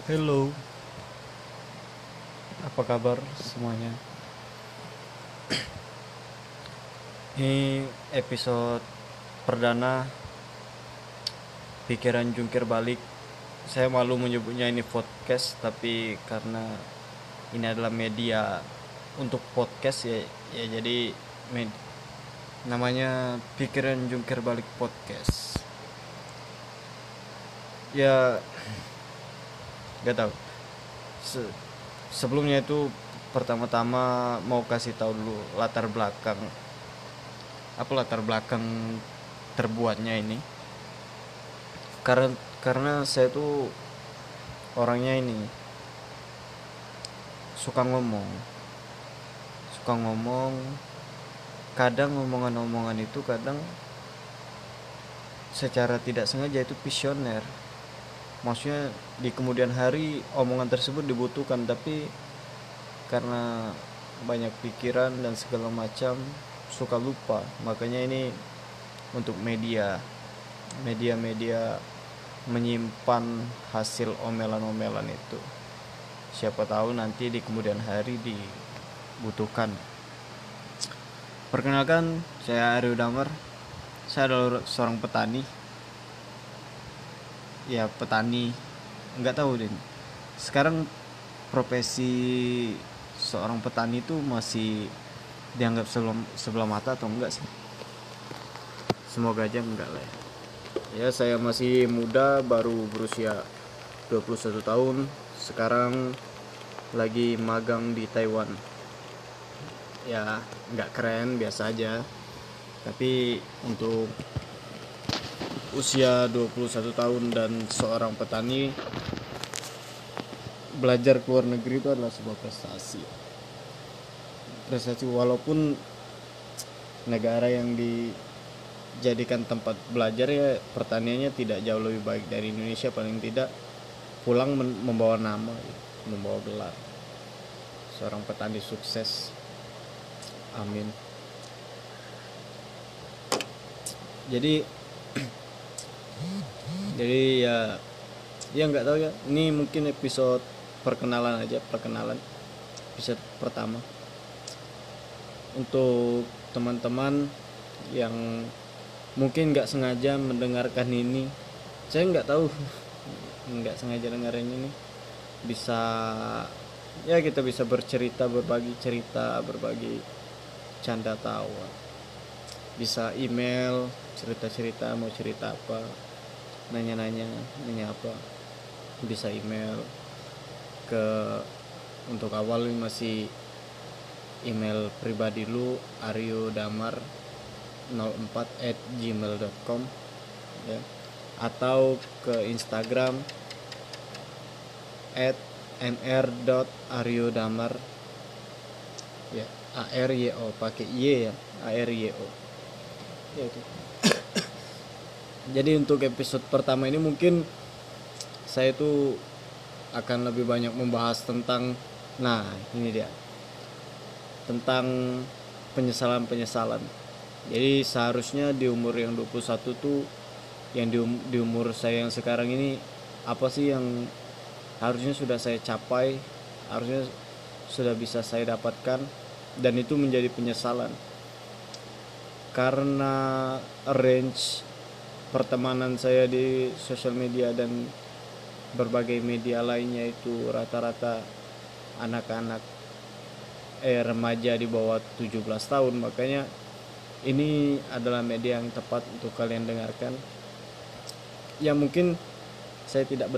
Hello, apa kabar semuanya? Ini episode perdana pikiran jungkir balik. Saya malu menyebutnya ini podcast, tapi karena ini adalah media untuk podcast ya jadi namanya pikiran jungkir balik podcast. Ya, gak tahu. Sebelumnya itu pertama-tama mau kasih tahu dulu apa latar belakang terbuatnya ini. Karena saya tuh orangnya ini suka ngomong, kadang omongan-omongan itu kadang secara tidak sengaja itu visioner. Maksudnya di kemudian hari omongan tersebut dibutuhkan, tapi karena banyak pikiran dan segala macam suka lupa. Makanya ini untuk media menyimpan hasil omelan-omelan itu. Siapa tahu nanti di kemudian hari dibutuhkan. Perkenalkan, saya Aryo Damar. Saya adalah seorang petani. Ya, petani. Enggak tahu deh. Sekarang profesi seorang petani itu masih dianggap sebelah mata atau enggak sih? Semoga aja enggak lah ya. Ya, saya masih muda, baru berusia 21 tahun. Sekarang lagi magang di Taiwan. Ya, enggak keren, biasa aja. Tapi untuk usia 21 tahun dan seorang petani, belajar ke luar negeri itu adalah sebuah prestasi walaupun negara yang dijadikan tempat belajar ya pertaniannya tidak jauh lebih baik dari Indonesia, paling tidak pulang membawa nama, membawa gelar seorang petani sukses. Amin. Jadi ya nggak tahu ya, ini mungkin episode perkenalan episode pertama untuk teman-teman yang mungkin nggak sengaja mendengarkan ini. Saya nggak tahu nggak sengaja dengerin ini, bisa ya kita bisa bercerita, berbagi cerita, berbagi canda tawa, bisa email cerita-cerita, mau cerita apa, nanya apa, bisa email ke, untuk awal masih email pribadi lu aryodamar04@gmail.com ya, atau ke Instagram @mr.aryodamar ya, ARYO pakai Y ya, ARYO ya itu. Jadi untuk episode pertama ini mungkin saya tuh akan lebih banyak membahas tentang, nah ini dia, tentang penyesalan. Jadi seharusnya di umur yang 21 tuh, yang di umur saya yang sekarang ini, apa sih yang harusnya sudah saya capai, harusnya sudah bisa saya dapatkan, dan itu menjadi penyesalan karena range pertemanan saya di sosial media dan berbagai media lainnya itu rata-rata anak-anak remaja di bawah 17 tahun. Makanya ini adalah media yang tepat untuk kalian dengarkan. Ya mungkin saya tidak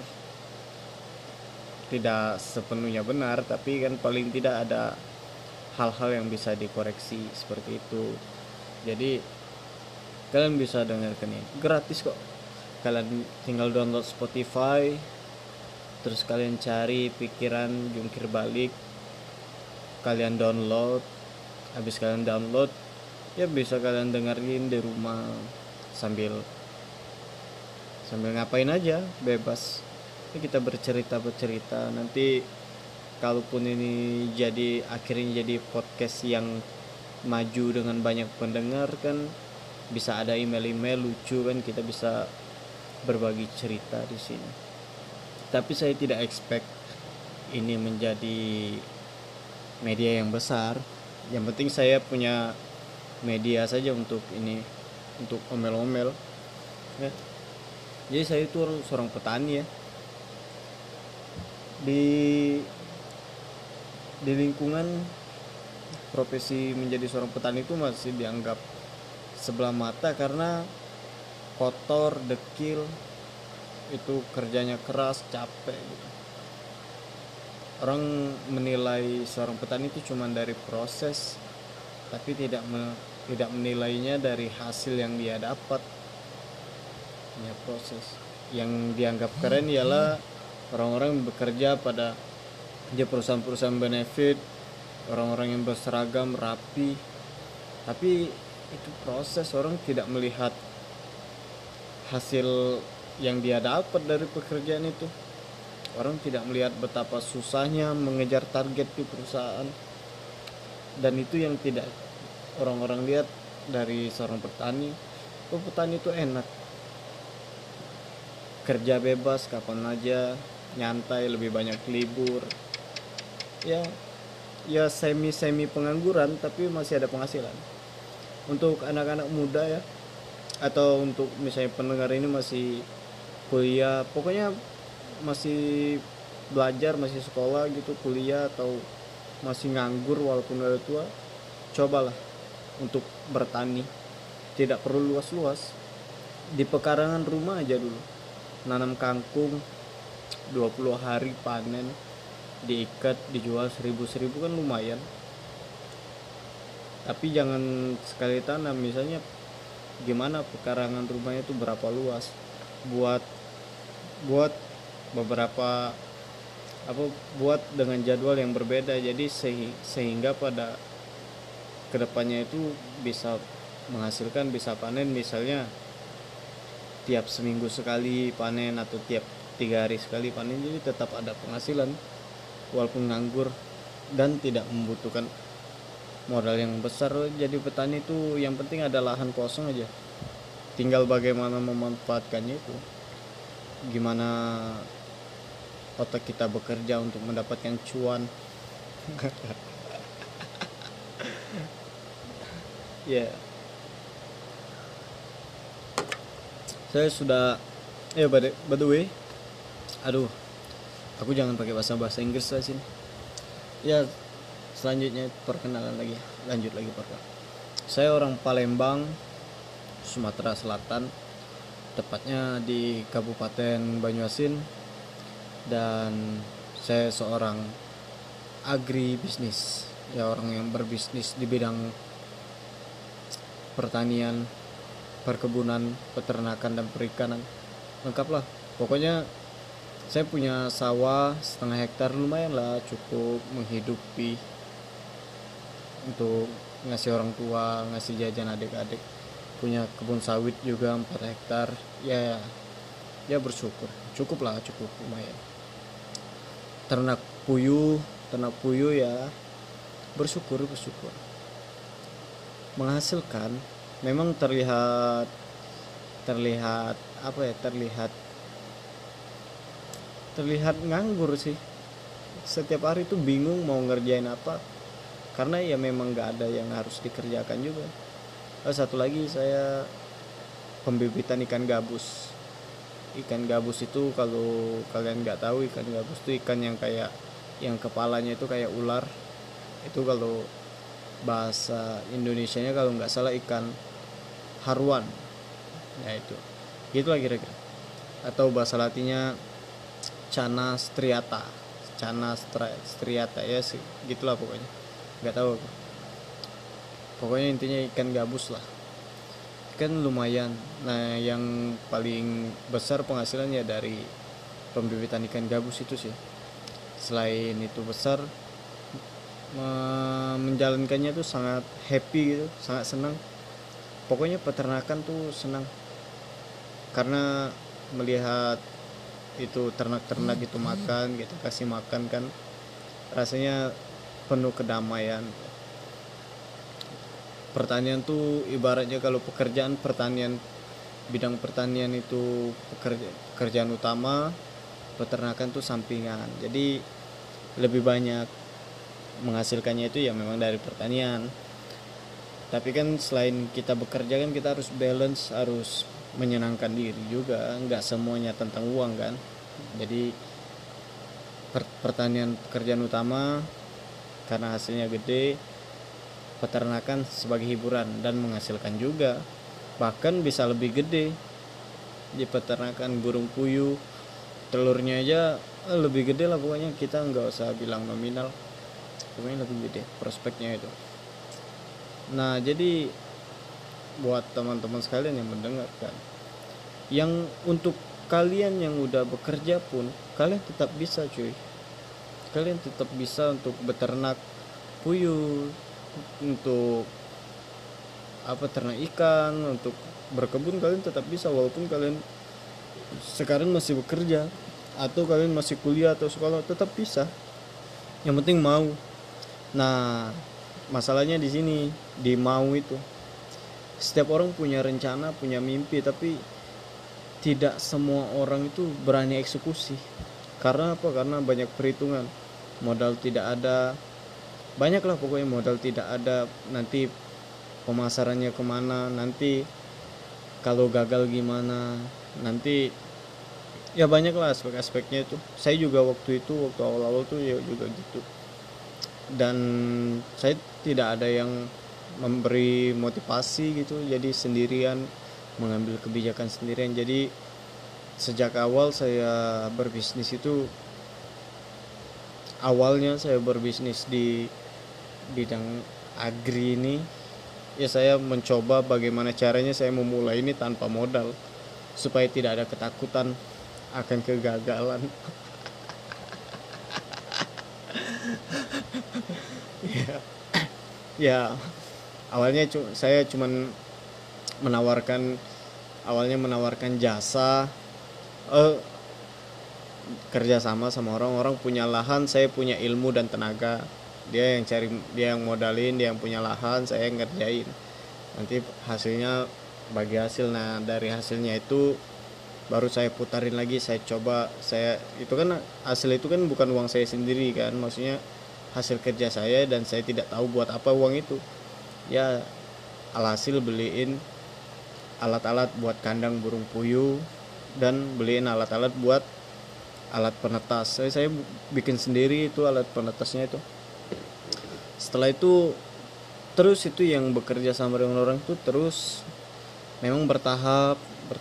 sepenuhnya benar, tapi kan paling tidak ada hal-hal yang bisa dikoreksi seperti itu. Jadi kalian bisa dengarkan ini gratis kok. Kalian tinggal download Spotify, terus kalian cari pikiran jungkir balik, kalian download. Habis kalian download ya bisa kalian dengerin di rumah sambil ngapain aja, bebas. Ini kita bercerita. Nanti kalaupun ini akhirnya jadi podcast yang maju dengan banyak pendengar, kan bisa ada email lucu, kan kita bisa berbagi cerita di sini. Tapi saya tidak expect ini menjadi media yang besar. Yang penting saya punya media saja untuk ini, untuk omel-omel ya. Jadi saya itu seorang petani ya. Di lingkungan profesi menjadi seorang petani itu masih dianggap sebelah mata karena kotor, dekil, itu kerjanya keras, capek gitu. Orang menilai seorang petani itu cuma dari proses, tapi tidak menilainya dari hasil yang dia dapat. Ya, proses. Yang dianggap keren ialah orang-orang yang bekerja pada perusahaan-perusahaan benefit, orang-orang yang berseragam rapi. Tapi itu proses, orang tidak melihat hasil yang dia dapat dari pekerjaan itu. Orang tidak melihat betapa susahnya mengejar target di perusahaan. Dan itu yang tidak orang-orang lihat dari seorang petani. Petani itu enak, kerja bebas kapan aja, nyantai, lebih banyak libur. Ya semi pengangguran tapi masih ada penghasilan. Untuk anak-anak muda ya, atau untuk misalnya pendengar ini masih kuliah, pokoknya masih belajar, masih sekolah gitu, kuliah, atau masih nganggur walaupun udah tua, cobalah untuk bertani. Tidak perlu luas-luas, di pekarangan rumah aja dulu, nanam kangkung, 20 hari panen, diikat, dijual 1000 kan lumayan. Tapi jangan sekali tanam. Misalnya gimana pekarangan rumahnya itu berapa luas, buat beberapa buat dengan jadwal yang berbeda. Jadi sehingga pada kedepannya itu bisa menghasilkan, bisa panen, misalnya tiap seminggu sekali panen atau tiap 3 hari sekali panen. Jadi tetap ada penghasilan walaupun nganggur dan tidak membutuhkan modal yang besar. Jadi petani itu yang penting ada lahan kosong aja, tinggal bagaimana memanfaatkannya. Itu gimana otak kita bekerja untuk mendapatkan cuan. Ya, saya sudah by the way, aku jangan pakai bahasa Inggris lah sini ya. Selanjutnya perkenalan lagi, lanjut lagi perkenalan. Saya orang Palembang, Sumatera Selatan, tepatnya di Kabupaten Banyuasin, dan saya seorang agribisnis ya, orang yang berbisnis di bidang pertanian, perkebunan, peternakan, dan perikanan. Lengkap lah pokoknya. Saya punya sawah 0,5 hektar, lumayan lah, cukup menghidupi, untuk ngasih orang tua, ngasih jajan adik-adik. Punya kebun sawit juga 4 hektar. Ya bersyukur, cukup lumayan. Ternak puyuh ya, bersyukur. Menghasilkan, memang terlihat nganggur sih. Setiap hari tuh bingung mau ngerjain apa, karena ya memang gak ada yang harus dikerjakan juga. Satu lagi, saya pembibitan ikan gabus. Ikan gabus itu, kalau kalian gak tahu, ikan gabus itu ikan yang kayak, yang kepalanya itu kayak ular. Itu kalau bahasa Indonesianya kalau nggak salah ikan haruan. Ya itu gitulah kira-kira. Atau bahasa latinnya Channa striata ya sih, gitulah pokoknya, nggak tahu. Pokoknya intinya ikan gabus lah, kan lumayan. Nah, yang paling besar penghasilannya dari pembibitan ikan gabus itu sih. Selain itu besar, menjalankannya tuh sangat happy gitu, sangat senang. Pokoknya peternakan tuh senang karena melihat itu ternak-ternak itu makan, kita kasih makan kan, rasanya penuh kedamaian. Pertanian tuh ibaratnya, kalau pekerjaan pertanian, bidang pertanian itu pekerjaan utama, peternakan tuh sampingan, jadi lebih banyak menghasilkannya itu ya memang dari pertanian. Tapi kan selain kita bekerja kan kita harus balance, harus menyenangkan diri juga, nggak semuanya tentang uang kan. Jadi pertanian pekerjaan utama karena hasilnya gede, peternakan sebagai hiburan dan menghasilkan juga, bahkan bisa lebih gede. Di peternakan burung puyuh telurnya aja lebih gede lah, pokoknya kita nggak usah bilang nominal, pokoknya lebih gede prospeknya itu. Nah jadi buat teman-teman sekalian yang mendengarkan, yang untuk kalian yang udah bekerja pun kalian tetap bisa cuy, kalian tetap bisa untuk beternak puyuh, untuk ternak ikan, untuk berkebun, kalian tetap bisa walaupun kalian sekarang masih bekerja atau kalian masih kuliah atau sekolah, tetap bisa, yang penting mau. Nah masalahnya di sini, di mau itu, setiap orang punya rencana, punya mimpi, tapi tidak semua orang itu berani eksekusi. Karena apa? Karena banyak perhitungan, modal tidak ada, banyak lah pokoknya, modal tidak ada, nanti pemasarannya kemana, nanti kalau gagal gimana, nanti ya banyak lah aspek-aspeknya itu. Saya juga waktu awal-awal tuh ya juga gitu, dan saya tidak ada yang memberi motivasi gitu, jadi sendirian mengambil kebijakan sendirian. Jadi sejak awal saya berbisnis itu, awalnya saya berbisnis di bidang agri ini, ya saya mencoba bagaimana caranya saya memulai ini tanpa modal supaya tidak ada ketakutan akan kegagalan. ya, ya awalnya saya cuman menawarkan jasa, kerjasama sama orang punya lahan, saya punya ilmu dan tenaga, dia yang modalin, dia yang punya lahan, saya yang ngerjain, nanti hasilnya bagi hasil. Nah dari hasilnya itu baru saya putarin lagi, saya coba, itu kan hasil itu kan bukan uang saya sendiri kan, maksudnya hasil kerja saya, dan saya tidak tahu buat apa uang itu. Ya alhasil beliin alat-alat buat kandang burung puyuh, dan beliin alat-alat buat alat penetas. Saya bikin sendiri itu alat penetasnya itu. Setelah itu terus itu yang bekerja sama dengan orang itu terus memang bertahap,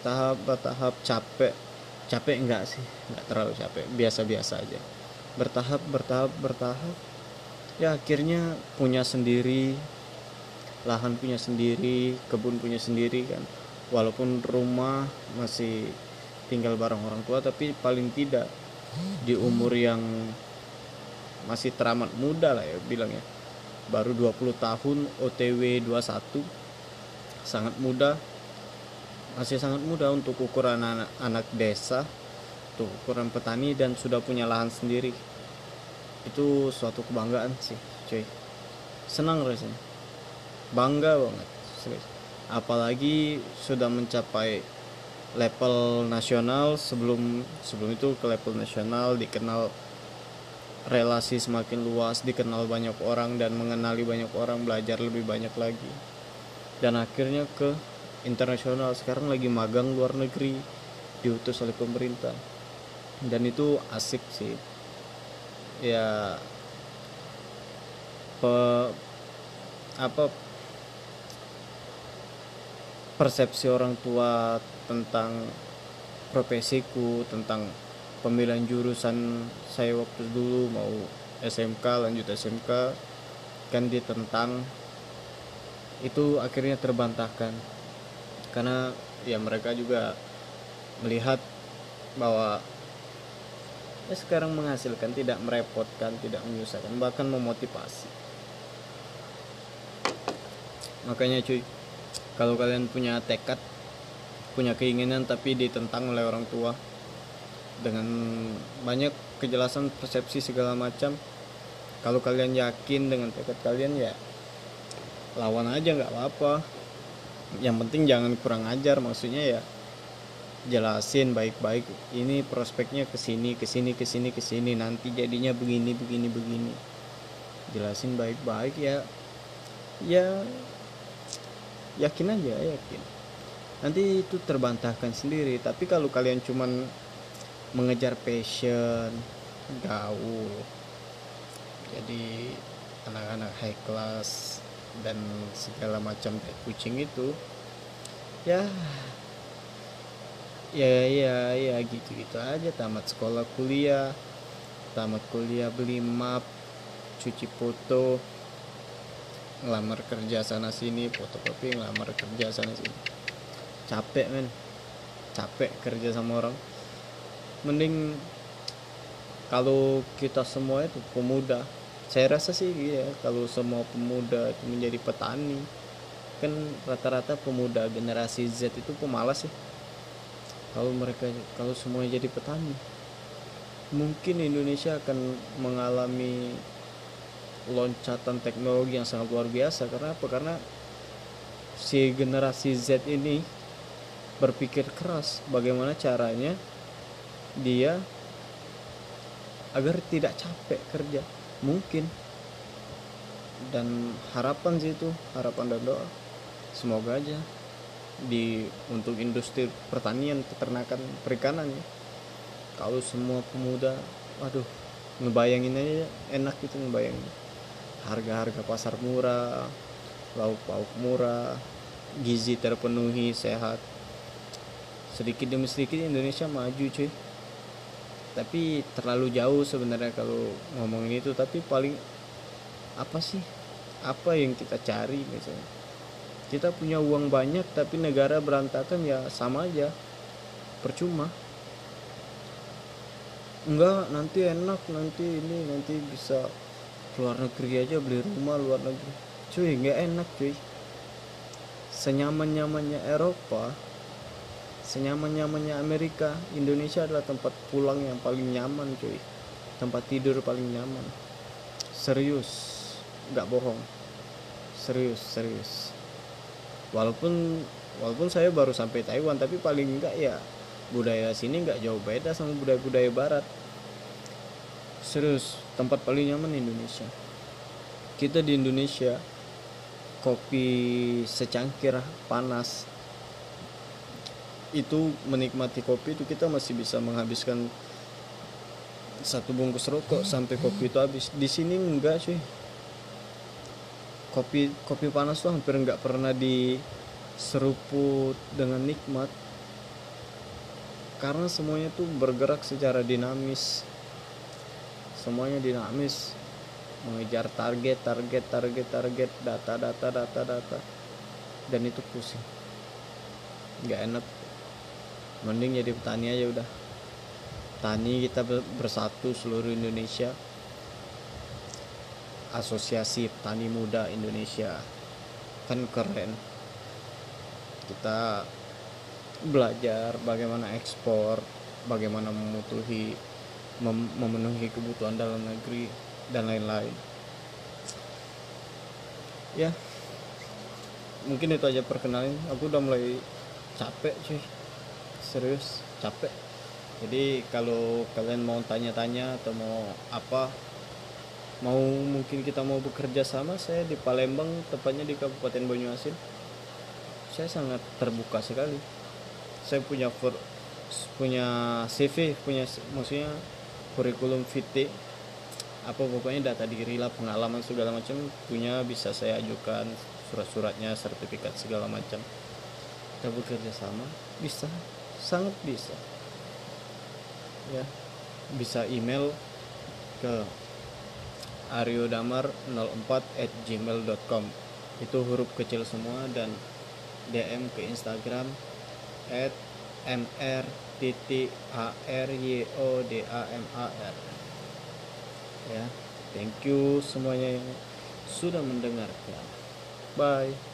capek enggak sih, enggak terlalu capek, biasa-biasa aja, bertahap, ya akhirnya punya sendiri lahan, punya sendiri kebun, punya sendiri kan, walaupun rumah masih tinggal bareng orang tua, tapi paling tidak di umur yang masih teramat muda lah ya bilangnya, baru 20 tahun, OTW 21, sangat muda, masih sangat muda untuk ukuran anak desa, untuk ukuran petani, dan sudah punya lahan sendiri. Itu suatu kebanggaan sih cuy, senang rasanya, bangga banget serius. Apalagi sudah mencapai level nasional, sebelum itu ke level nasional, dikenal, relasi semakin luas, dikenal banyak orang dan mengenali banyak orang, belajar lebih banyak lagi, dan akhirnya ke internasional. Sekarang lagi magang luar negeri, diutus oleh pemerintah, dan itu asik sih ya. Persepsi orang tua tentang profesiku, tentang pemilihan jurusan saya waktu dulu, mau SMK, lanjut SMK, kan ditentang, itu akhirnya terbantahkan, karena ya mereka juga melihat bahwa sekarang menghasilkan, tidak merepotkan, tidak menyusahkan, bahkan memotivasi. Makanya cuy, kalau kalian punya tekad, punya keinginan, tapi ditentang oleh orang tua dengan banyak kejelasan, persepsi segala macam, kalau kalian yakin dengan tekad kalian, ya lawan aja, nggak apa-apa. Yang penting jangan kurang ajar, maksudnya ya jelasin baik-baik, ini prospeknya kesini kesini kesini kesini, nanti jadinya begini begini begini, jelasin baik-baik ya. Ya yakin aja, yakin nanti itu terbantahkan sendiri. Tapi kalau kalian cuman mengejar passion, gaul, jadi anak-anak high class dan segala macam kayak kucing itu, ya ya gitu-gitu aja. Tamat kuliah beli map, cuci foto, ngelamar kerja sana sini, fotokopi, ngelamar kerja sana sini. Capek men, capek kerja sama orang. Mending kalau kita semua itu pemuda, saya rasa sih ya, kalau semua pemuda itu menjadi petani, kan rata-rata pemuda generasi Z itu pemalas sih. Kalau semuanya jadi petani, mungkin Indonesia akan mengalami loncatan teknologi yang sangat luar biasa. Karena apa? Karena si generasi Z ini berpikir keras bagaimana caranya dia agar tidak capek kerja, mungkin. Dan harapan sih itu, harapan dan doa, semoga aja untuk industri pertanian, peternakan, perikanan ya, kalau semua pemuda, waduh, ngebayangin aja enak gitu, ngebayangin harga-harga pasar murah, lauk pauk murah, gizi terpenuhi, sehat. Sedikit demi sedikit Indonesia maju cuy. Tapi terlalu jauh sebenarnya kalau ngomongin itu. Tapi paling apa sih, apa yang kita cari? Misalnya kita punya uang banyak tapi negara berantakan, ya sama aja, percuma. Enggak, nanti enak, nanti bisa keluar negeri aja, beli rumah luar negeri. Cuy, nggak enak cuy. Senyaman-nyamannya Eropa, senyaman-nyamannya Amerika, Indonesia adalah tempat pulang yang paling nyaman cuy, tempat tidur paling nyaman. Serius, nggak bohong, serius. Walaupun saya baru sampai Taiwan, tapi paling enggak ya budaya sini nggak jauh beda sama budaya barat. Serius, tempat paling nyaman Indonesia. Kita di Indonesia, kopi secangkir panas itu, menikmati kopi itu kita masih bisa menghabiskan satu bungkus rokok sampai kopi itu habis. Di sini enggak cuy. Kopi panas tuh hampir nggak pernah diseruput dengan nikmat, karena semuanya tuh bergerak secara dinamis. Semuanya dinamis, mengejar target, data, dan itu pusing, nggak enak. Mending jadi petani aja udah. Tani, kita bersatu seluruh Indonesia, Asosiasi Petani Muda Indonesia, kan keren. Kita belajar bagaimana ekspor, bagaimana memenuhi kebutuhan dalam negeri dan lain-lain. Ya, mungkin itu aja perkenalan. Aku udah mulai capek cuy, serius capek. Jadi kalau kalian mau tanya-tanya atau mau apa, mungkin kita mau bekerja sama, saya di Palembang, tepatnya di Kabupaten Banyuasin, saya sangat terbuka sekali. Saya punya CV, maksudnya kurikulum vitae, apa pokoknya data diri lah, pengalaman segala macam punya, bisa saya ajukan surat-suratnya, sertifikat segala macam. Kita bekerja sama, bisa, sangat bisa ya. Bisa email ke ariodamar04@gmail.com, itu huruf kecil semua, dan DM ke Instagram @mr_aryodamar ya. Thank you semuanya yang sudah mendengarkan. Bye.